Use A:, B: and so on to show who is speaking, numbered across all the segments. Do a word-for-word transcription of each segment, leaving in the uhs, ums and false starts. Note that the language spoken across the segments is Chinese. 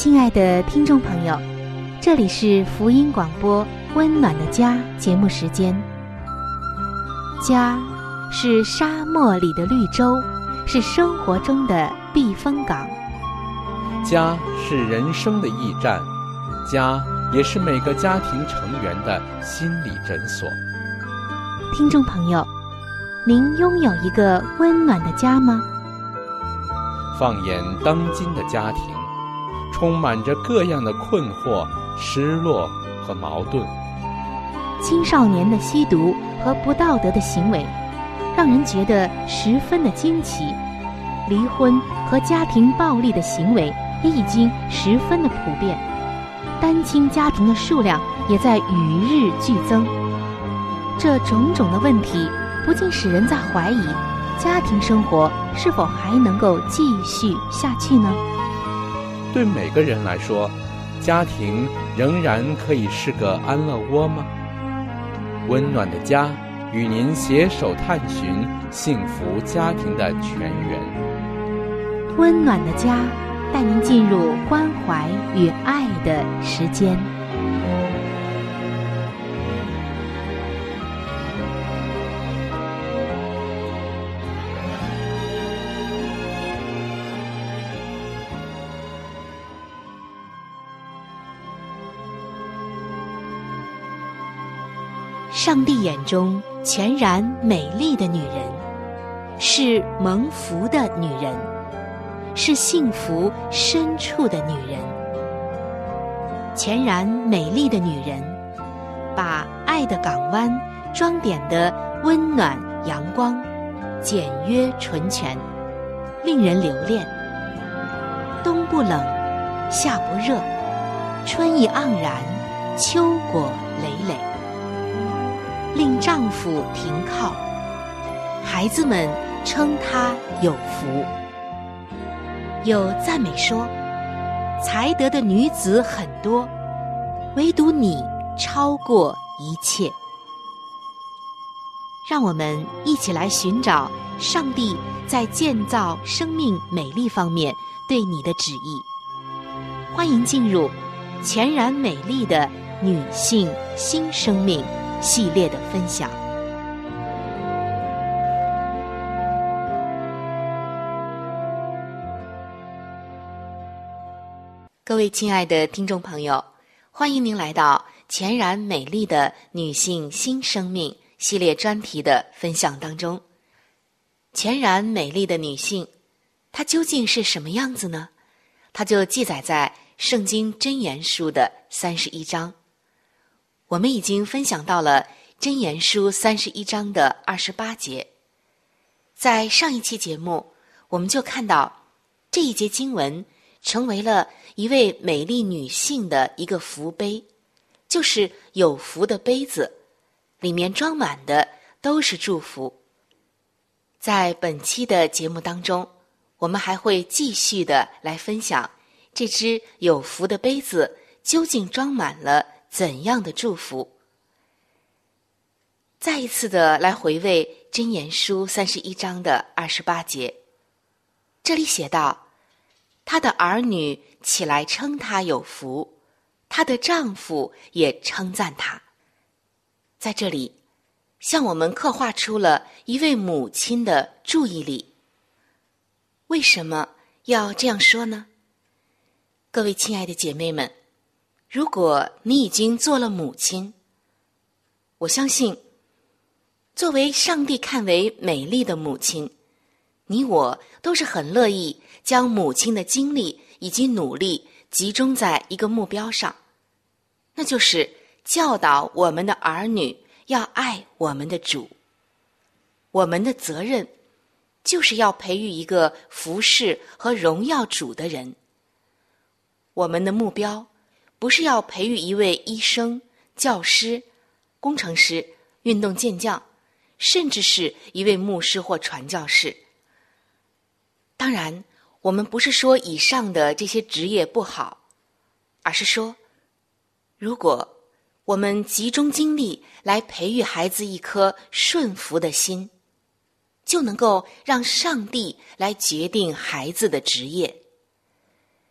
A: 亲爱的听众朋友，这里是福音广播温暖的家节目时间。家是沙漠里的绿洲，是生活中的避风港。
B: 家是人生的驿站，家也是每个家庭成员的心理诊所。
A: 听众朋友，您拥有一个温暖的家吗？
B: 放眼当今的家庭，充满着各样的困惑、失落和矛盾。
A: 青少年的吸毒和不道德的行为，让人觉得十分的惊奇。离婚和家庭暴力的行为也已经十分的普遍，单亲家庭的数量也在与日俱增。这种种的问题，不禁使人在怀疑，家庭生活是否还能够继续下去呢？
B: 对每个人来说，家庭仍然可以是个安乐窝吗？温暖的家与您携手探寻幸福家庭的泉源。
A: 温暖的家带您进入关怀与爱的时间。上帝眼中全然美丽的女人，是蒙福的女人，是幸福深处的女人。全然美丽的女人，把爱的港湾装点得温暖阳光，简约纯全，令人留恋。冬不冷，夏不热，春意盎然，秋果累累，令丈夫停靠，孩子们称她有福。有赞美说，才德的女子很多，唯独你超过一切。让我们一起来寻找上帝在建造生命美丽方面对你的旨意。欢迎进入全然美丽的女性新生命系列的分享。各位亲爱的听众朋友，欢迎您来到全然美丽的女性新生命系列专题的分享当中。全然美丽的女性，她究竟是什么样子呢？它就记载在圣经箴言书的三十一章。我们已经分享到了箴言书三十一章的二十八节。在上一期节目，我们就看到这一节经文成为了一位美丽女性的一个福杯，就是有福的杯子，里面装满的都是祝福。在本期的节目当中，我们还会继续的来分享这只有福的杯子究竟装满了怎样的祝福。再一次的来回味箴言书三十一章的二十八节，这里写道，她的儿女起来称她有福，她的丈夫也称赞她。在这里向我们刻画出了一位母亲的注意力。为什么要这样说呢？各位亲爱的姐妹们，如果你已经做了母亲，我相信作为上帝看为美丽的母亲，你我都是很乐意将母亲的精力以及努力集中在一个目标上，那就是教导我们的儿女要爱我们的主。我们的责任就是要培育一个服侍和荣耀主的人。我们的目标不是要培育一位医生、教师、工程师、运动健将，甚至是一位牧师或传教士。当然，我们不是说以上的这些职业不好，而是说，如果我们集中精力来培育孩子一颗顺服的心，就能够让上帝来决定孩子的职业。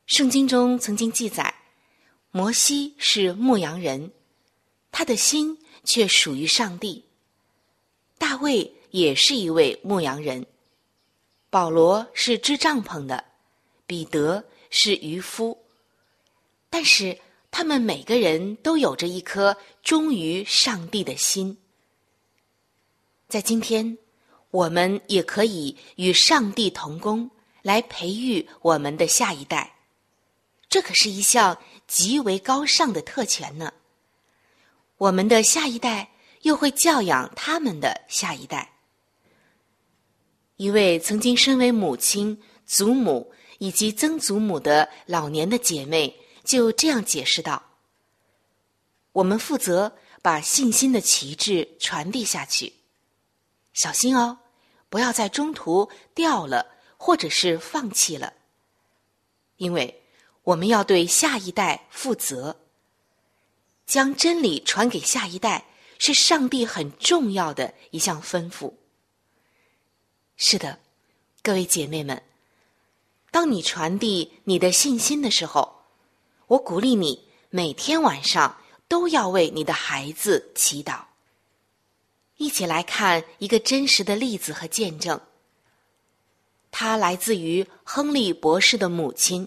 A: 圣经中曾经记载，摩西是牧羊人，他的心却属于上帝。大卫也是一位牧羊人，保罗是织帐篷的，彼得是渔夫。但是他们每个人都有着一颗忠于上帝的心。在今天，我们也可以与上帝同工，来培育我们的下一代。这可是一项极为高尚的特权呢。我们的下一代又会教养他们的下一代。一位曾经身为母亲、祖母以及曾祖母的老年的姐妹就这样解释道：我们负责把信心的旗帜传递下去，小心哦，不要在中途掉了或者是放弃了，因为我们要对下一代负责。将真理传给下一代是上帝很重要的一项吩咐。是的，各位姐妹们，当你传递你的信心的时候，我鼓励你每天晚上都要为你的孩子祈祷。一起来看一个真实的例子和见证，它来自于亨利博士的母亲。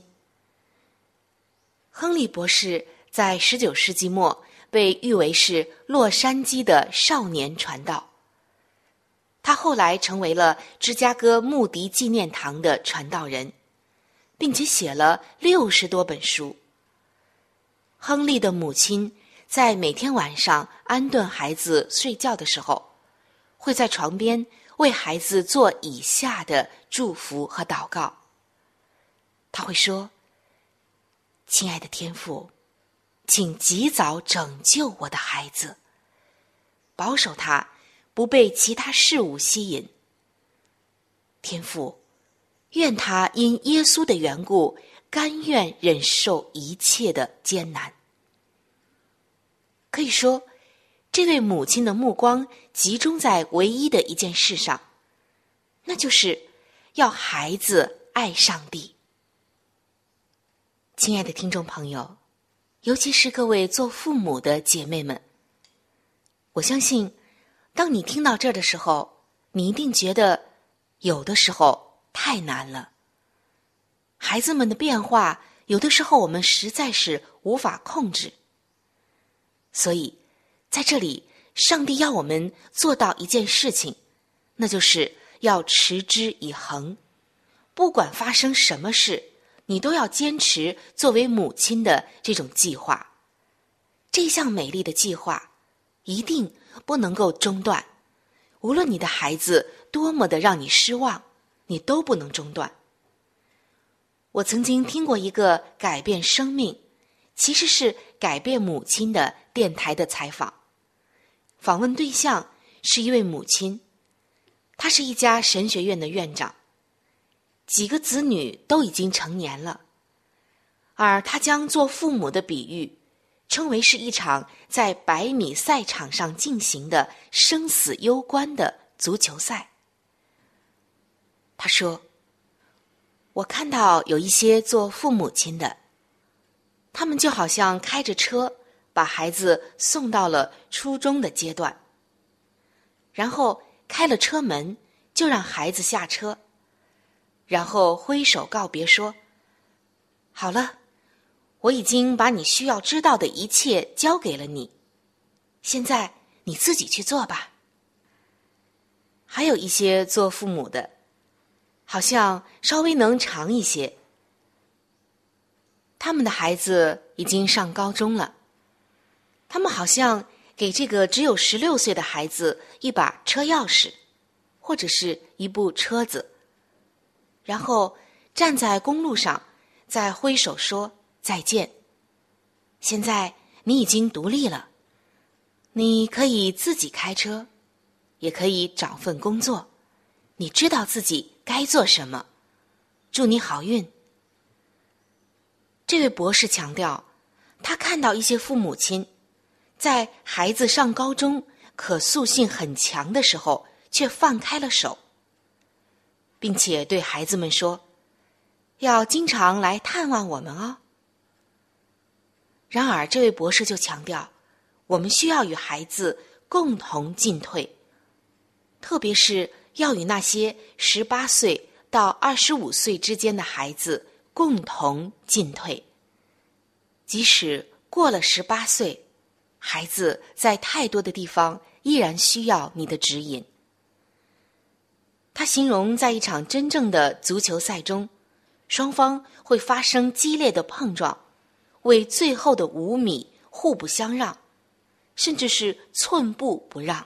A: 亨利博士在十九世纪末被誉为是洛杉矶的少年传道，他后来成为了芝加哥穆迪纪念堂的传道人，并且写了六十多本书。亨利的母亲在每天晚上安顿孩子睡觉的时候，会在床边为孩子做以下的祝福和祷告。他会说：亲爱的天父，请及早拯救我的孩子，保守他不被其他事物吸引。天父，愿他因耶稣的缘故甘愿忍受一切的艰难。可以说，这位母亲的目光集中在唯一的一件事上，那就是要孩子爱上帝。亲爱的听众朋友，尤其是各位做父母的姐妹们，我相信当你听到这儿的时候，你一定觉得有的时候太难了。孩子们的变化，有的时候我们实在是无法控制。所以在这里，上帝要我们做到一件事情，那就是要持之以恒。不管发生什么事，你都要坚持作为母亲的这种计划。这项美丽的计划一定不能够中断，无论你的孩子多么的让你失望，你都不能中断。我曾经听过一个改变生命，其实是改变母亲的电台的采访。访问对象是一位母亲，她是一家神学院的院长，几个子女都已经成年了，而她将做父母的比喻称为是一场在百米赛场上进行的生死攸关的足球赛。她说，我看到有一些做父母亲的，他们就好像开着车把孩子送到了初中的阶段，然后开了车门就让孩子下车，然后挥手告别说，好了，我已经把你需要知道的一切交给了你，现在你自己去做吧。还有一些做父母的，好像稍微能长一些，他们的孩子已经上高中了，他们好像给这个只有十六岁的孩子一把车钥匙，或者是一部车子，然后站在公路上，再挥手说再见。现在你已经独立了，你可以自己开车，也可以找份工作，你知道自己该做什么，祝你好运。这位博士强调，他看到一些父母亲在孩子上高中可塑性很强的时候却放开了手，并且对孩子们说， 要经常来探望我们哦。然而，这位博士就强调，我们需要与孩子共同进退，特别是要与那些十八岁到二十五岁之间的孩子共同进退。即使过了十八岁，孩子在太多的地方依然需要你的指引。他形容在一场真正的足球赛中，双方会发生激烈的碰撞，为最后的五米互不相让，甚至是寸步不让。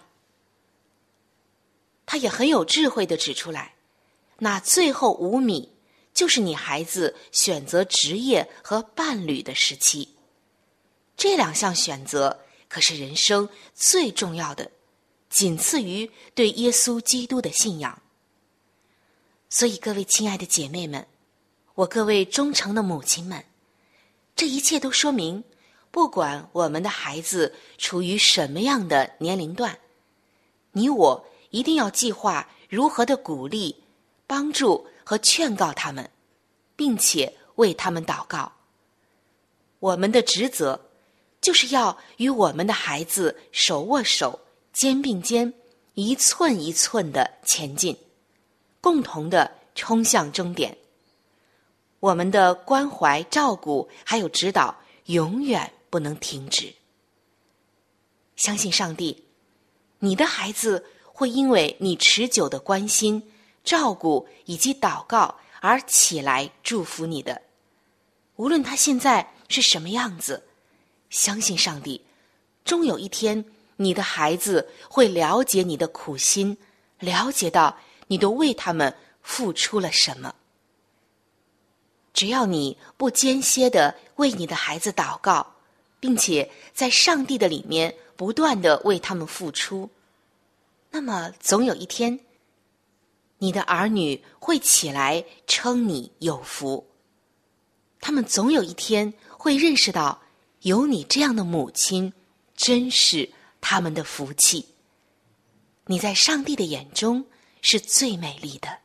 A: 他也很有智慧地指出来，那最后五米就是你孩子选择职业和伴侣的时期。这两项选择可是人生最重要的，仅次于对耶稣基督的信仰。所以各位亲爱的姐妹们，我各位忠诚的母亲们，这一切都说明，不管我们的孩子处于什么样的年龄段，你我一定要计划如何的鼓励、帮助和劝告他们，并且为他们祷告。我们的职责就是要与我们的孩子手握手、肩并肩，一寸一寸地前进，共同地冲向终点。我们的关怀、照顾还有指导永远不能停止。相信上帝，你的孩子会因为你持久的关心、照顾以及祷告而起来祝福你的。无论他现在是什么样子，相信上帝，终有一天你的孩子会了解你的苦心，了解到你都为他们付出了什么。只要你不间歇地为你的孩子祷告，并且在上帝的里面不断地为他们付出，那么总有一天，你的儿女会起来称你有福。他们总有一天会认识到，有你这样的母亲，真是他们的福气。你在上帝的眼中是最美丽的。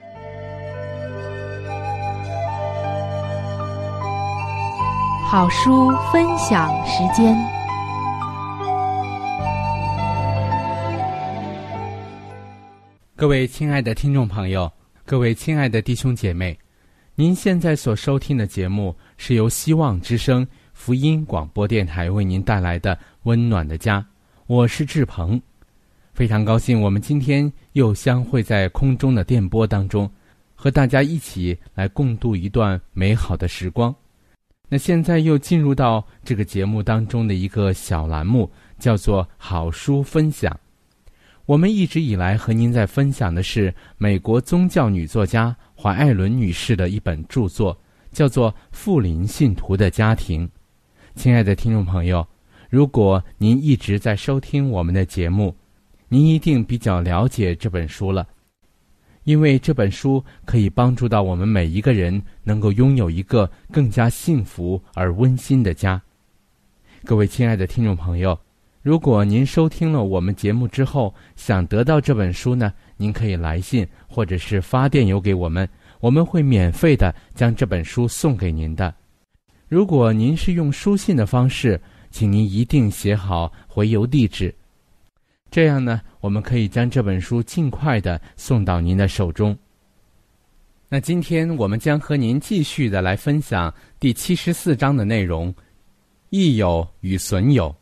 C: 好书分享时间。
B: 各位亲爱的听众朋友，各位亲爱的弟兄姐妹，您现在所收听的节目是由希望之声福音广播电台为您带来的温暖的家，我是志鹏。非常高兴我们今天又相会在空中的电波当中，和大家一起来共度一段美好的时光。那现在又进入到这个节目当中的一个小栏目，叫做好书分享。我们一直以来和您在分享的是美国宗教女作家怀艾伦女士的一本著作，叫做《富林信徒的家庭》。亲爱的听众朋友，如果您一直在收听我们的节目，您一定比较了解这本书了，因为这本书可以帮助到我们每一个人能够拥有一个更加幸福而温馨的家。各位亲爱的听众朋友，如果您收听了我们节目之后想得到这本书呢，您可以来信或者是发电邮给我们，我们会免费的将这本书送给您的。如果您是用书信的方式，请您一定写好回邮地址，这样呢，我们可以将这本书尽快的送到您的手中。那今天我们将和您继续的来分享第七十四章的内容，益友与损友。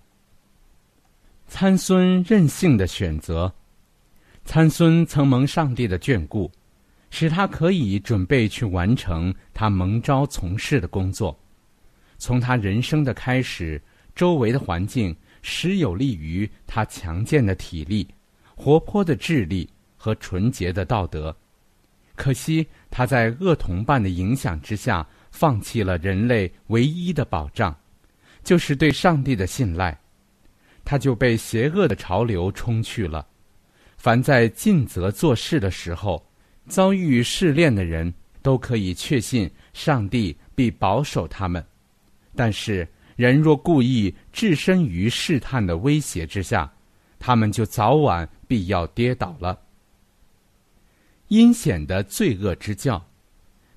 B: 参孙任性的选择。参孙曾蒙上帝的眷顾，使他可以准备去完成他蒙召从事的工作。从他人生的开始，周围的环境实有利于他强健的体力、活泼的智力和纯洁的道德。可惜他在恶同伴的影响之下，放弃了人类唯一的保障，就是对上帝的信赖。他就被邪恶的潮流冲去了。凡在尽责做事的时候遭遇试炼的人，都可以确信上帝必保守他们。但是人若故意置身于试探的威胁之下，他们就早晚必要跌倒了。阴险的罪恶之教。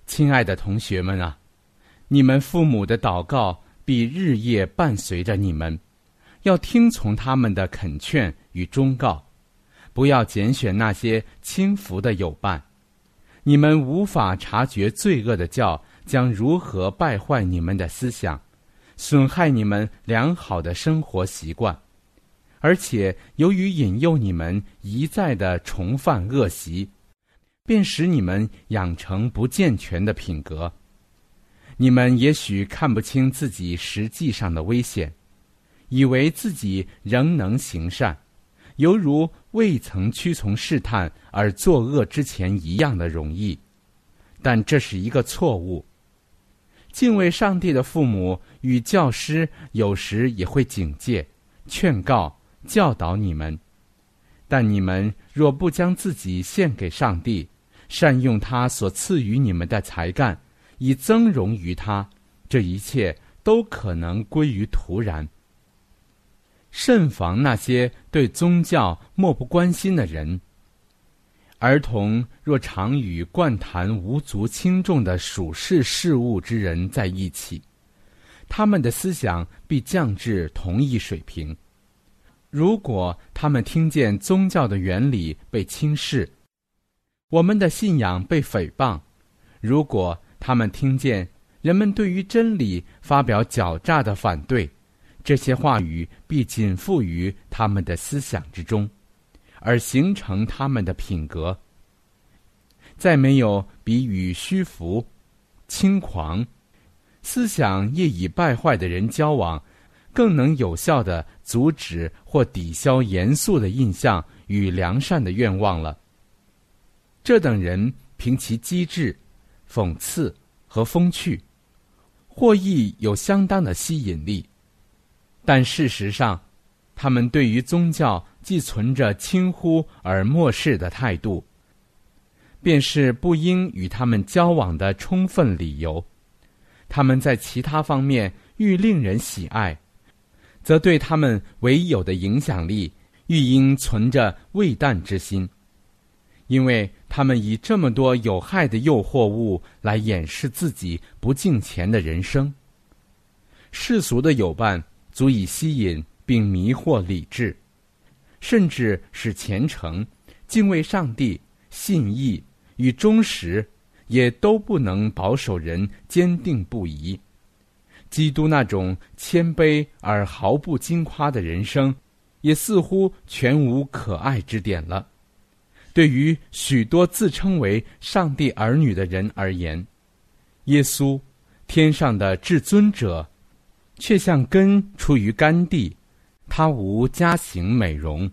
B: 亲爱的同学们啊，你们父母的祷告必日夜伴随着你们，要听从他们的恳劝与忠告，不要拣选那些轻浮的友伴。你们无法察觉罪恶的教将如何败坏你们的思想，损害你们良好的生活习惯，而且由于引诱你们一再的重犯恶习，便使你们养成不健全的品格。你们也许看不清自己实际上的危险，以为自己仍能行善，犹如未曾屈从试探而作恶之前一样的容易，但这是一个错误。敬畏上帝的父母与教师有时也会警戒、劝告、教导你们，但你们若不将自己献给上帝，善用他所赐予你们的才干，以增荣于他，这一切都可能归于徒然。慎防那些对宗教漠不关心的人。儿童若常与惯谈无足轻重的属世事物之人在一起，他们的思想必降至同一水平。如果他们听见宗教的原理被轻视，我们的信仰被诽谤，如果他们听见人们对于真理发表狡诈的反对，这些话语必仅附于他们的思想之中，而形成他们的品格。再没有比与虚浮、轻狂、思想业已败坏的人交往，更能有效地阻止或抵消严肃的印象与良善的愿望了。这等人凭其机智、讽刺和风趣，或亦有相当的吸引力，但事实上，他们对于宗教既存着轻忽而漠视的态度，便是不应与他们交往的充分理由。他们在其他方面愈令人喜爱，则对他们唯有的影响力愈应存着畏惮之心，因为他们以这么多有害的诱惑物来掩饰自己不敬虔的人生。世俗的友伴足以吸引并迷惑理智，甚至使虔诚、敬畏上帝、信义与忠实也都不能保守人坚定不移。基督那种谦卑而毫不矜夸的人生，也似乎全无可爱之点了。对于许多自称为上帝儿女的人而言，耶稣，天上的至尊者，却像根出于干地，他无佳形美容。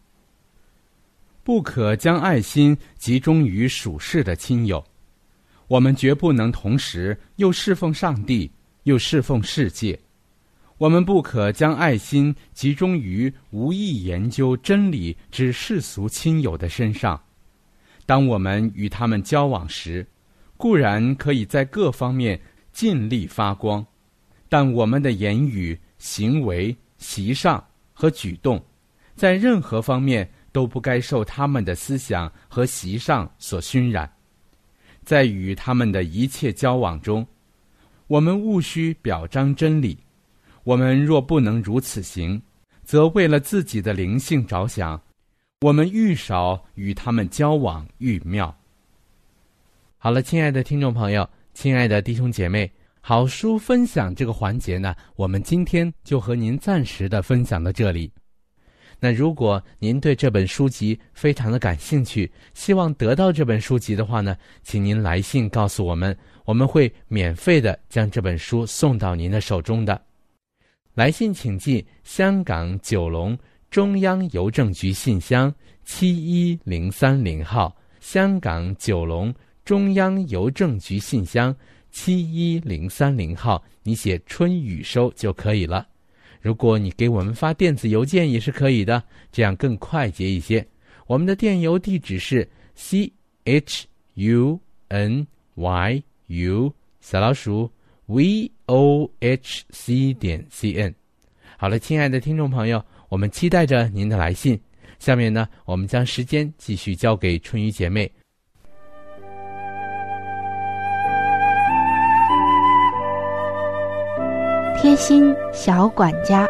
B: 不可将爱心集中于属世的亲友，我们绝不能同时又侍奉上帝，又侍奉世界。我们不可将爱心集中于无意研究真理之世俗亲友的身上。当我们与他们交往时，固然可以在各方面尽力发光，但我们的言语、行为、习上和举动，在任何方面都不该受他们的思想和习上所熏染。在与他们的一切交往中，我们务须表彰真理。我们若不能如此行，则为了自己的灵性着想，我们愈少与他们交往愈妙。好了，亲爱的听众朋友，亲爱的弟兄姐妹，好书分享这个环节呢，我们今天就和您暂时的分享到这里。那如果您对这本书籍非常的感兴趣，希望得到这本书籍的话呢，请您来信告诉我们，我们会免费的将这本书送到您的手中的。来信请寄香港九龙中央邮政局信箱七一零三零号，香港九龙中央邮政局信箱七一零三零号，你写春雨收就可以了。如果你给我们发电子邮件也是可以的，这样更快捷一些。我们的电邮地址是 c h u n y u 小老鼠 v o h c 点 c n。 好了，亲爱的听众朋友，我们期待着您的来信。下面呢，我们将时间继续交给春雨姐妹。
C: 贴心小管家。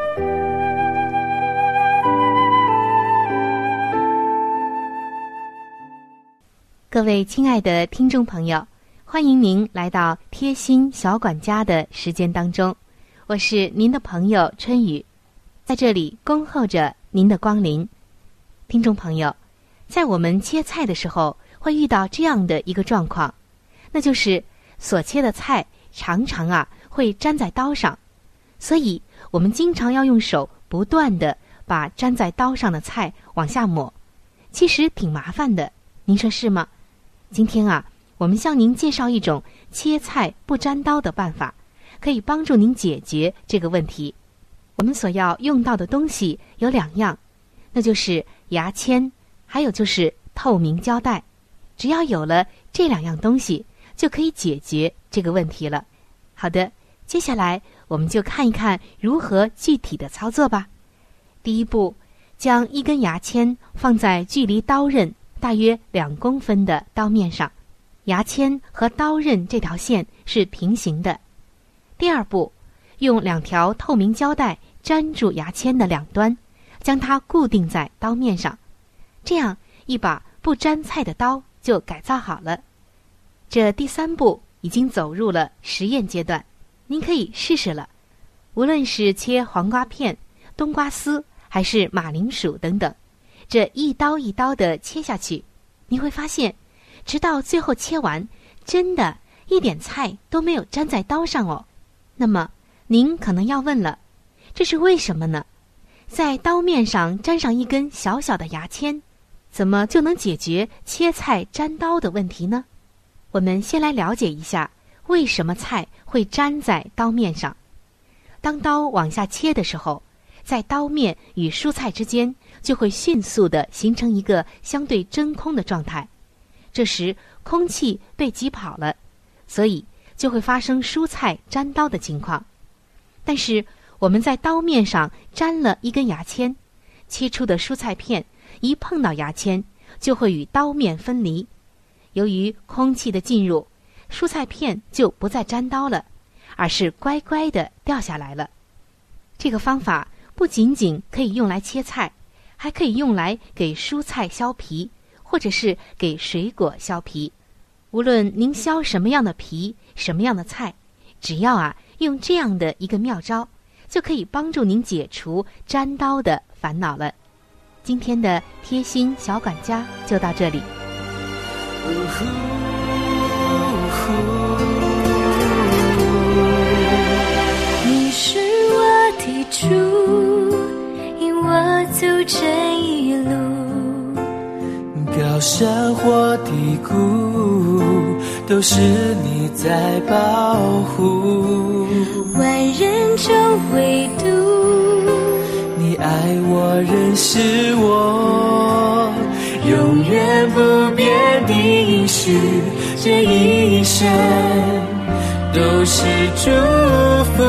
C: 各位亲爱的听众朋友，欢迎您来到贴心小管家的时间当中，我是您的朋友春雨，在这里恭候着您的光临。听众朋友，在我们切菜的时候会遇到这样的一个状况，那就是所切的菜常常啊会粘在刀上，所以我们经常要用手不断地把粘在刀上的菜往下抹，其实挺麻烦的，您说是吗？今天啊，我们向您介绍一种切菜不粘刀的办法，可以帮助您解决这个问题。我们所要用到的东西有两样，那就是牙签，还有就是透明胶带。只要有了这两样东西，就可以解决这个问题了。好的，接下来我们就看一看如何具体的操作吧。第一步，将一根牙签放在距离刀刃大约两公分的刀面上，牙签和刀刃这条线是平行的。第二步，用两条透明胶带粘住牙签的两端，将它固定在刀面上，这样一把不粘菜的刀就改造好了。这第三步已经走入了实验阶段，您可以试试了。无论是切黄瓜片、冬瓜丝还是马铃薯等等，这一刀一刀的切下去，你会发现直到最后切完，真的一点菜都没有粘在刀上哦。那么您可能要问了，这是为什么呢？在刀面上粘上一根小小的牙签，怎么就能解决切菜粘刀的问题呢？我们先来了解一下为什么菜会粘在刀面上。当刀往下切的时候，在刀面与蔬菜之间就会迅速地形成一个相对真空的状态，这时空气被挤跑了，所以就会发生蔬菜粘刀的情况。但是我们在刀面上粘了一根牙签，切出的蔬菜片一碰到牙签就会与刀面分离，由于空气的进入，蔬菜片就不再粘刀了，而是乖乖地掉下来了。这个方法不仅仅可以用来切菜，还可以用来给蔬菜削皮，或者是给水果削皮。无论您削什么样的皮，什么样的菜，只要啊用这样的一个妙招，就可以帮助您解除粘刀的烦恼了。今天的贴心小管家就到这里。
D: 你是我的主，引我走这一路，
E: 高山或低谷，都是你在保护。
D: 万人中唯独
E: 你爱我，认识我，永远不变的应许，这一生都是祝福。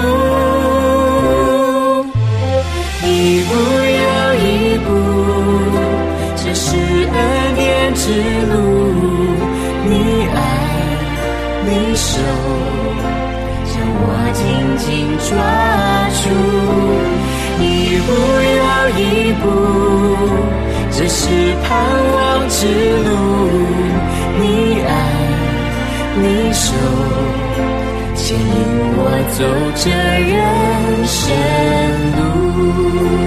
E: 一步又一步，这是恩典之路，你爱你手将我紧紧抓住。一步又一步，这是盼望之路，你爱你手牵引我走这人生路。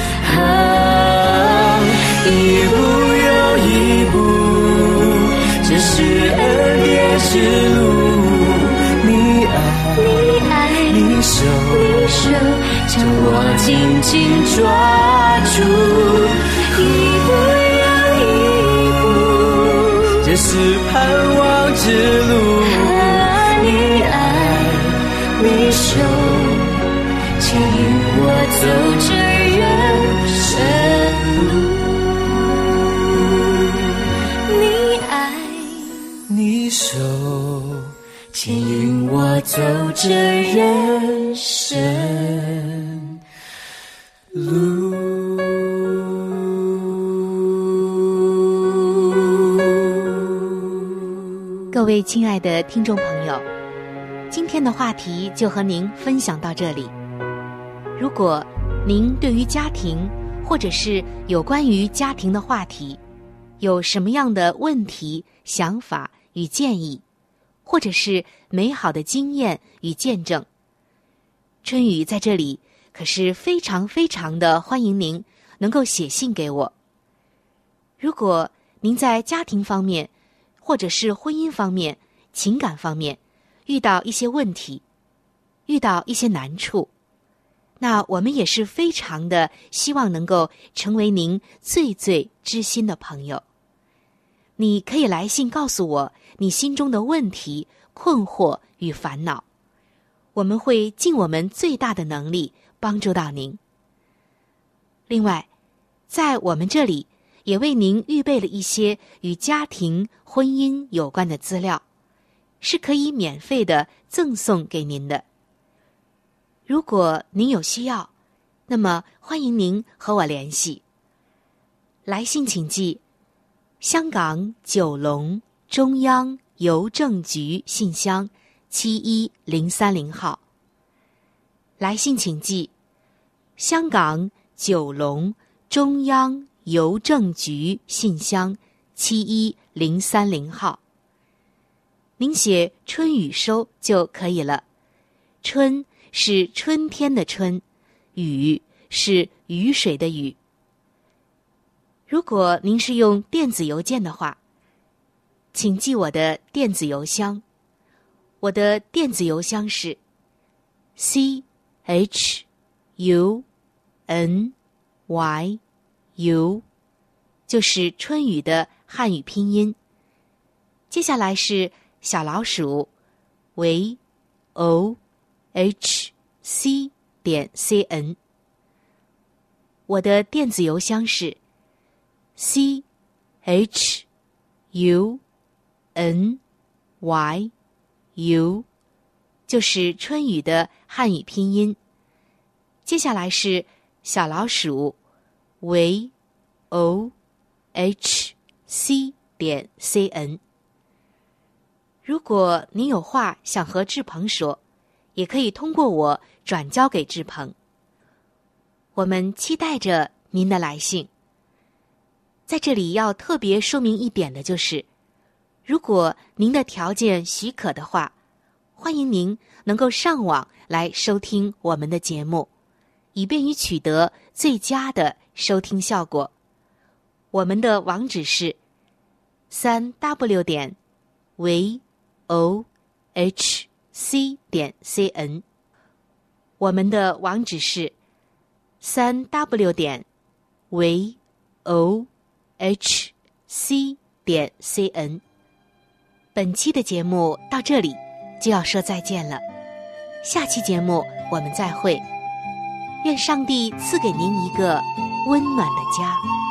E: 啊，一步又一步，这是恩典之路，你爱
D: 你爱
E: 你手
D: 你手将我紧紧抓住。一步又一步，
E: 这是盼望之路，
D: 你爱你手牵引我走这人生路，你爱
E: 你手
D: 牵引我走这人生路。
A: 各位亲爱的听众朋友，今天的话题就和您分享到这里。
C: 如果您对于家庭或者是有关于家庭的话题有什么样的问题、想法与建议，或者是美好的经验与见证，春雨在这里可是非常非常的欢迎您能够写信给我。如果您在家庭方面或者是婚姻方面、情感方面遇到一些问题，遇到一些难处，那我们也是非常的希望能够成为您最最知心的朋友。你可以来信告诉我你心中的问题、困惑与烦恼，我们会尽我们最大的能力帮助到您。另外，在我们这里也为您预备了一些与家庭、婚姻有关的资料，是可以免费的赠送给您的。如果您有需要，那么欢迎您和我联系。来信请寄香港九龙中央邮政局信箱七一零三零号。来信请寄香港九龙中央邮政局信箱七一零三零号。您写春雨收就可以了。春是春天的春，雨是雨水的雨。如果您是用电子邮件的话，请记我的电子邮箱。我的电子邮箱是 c h u n y u， 就是春雨的汉语拼音。接下来是小老鼠 v o h c 点 c n。 我的电子邮箱是 c h u n y u， 就是春雨的汉语拼音。接下来是小老鼠 v o h c 点 c n。 如果您有话想和志鹏说，也可以通过我转交给志鹏。我们期待着您的来信。在这里要特别说明一点的就是，如果您的条件许可的话，欢迎您能够上网来收听我们的节目，以便于取得最佳的收听效果。我们的网址是 三 w 点 v o h c 点 c n。 我们的网址是 三 w 点 v o h c 点 c n。 本期的节目到这里就要说再见了，下期节目我们再会。愿上帝赐给您一个温暖的家。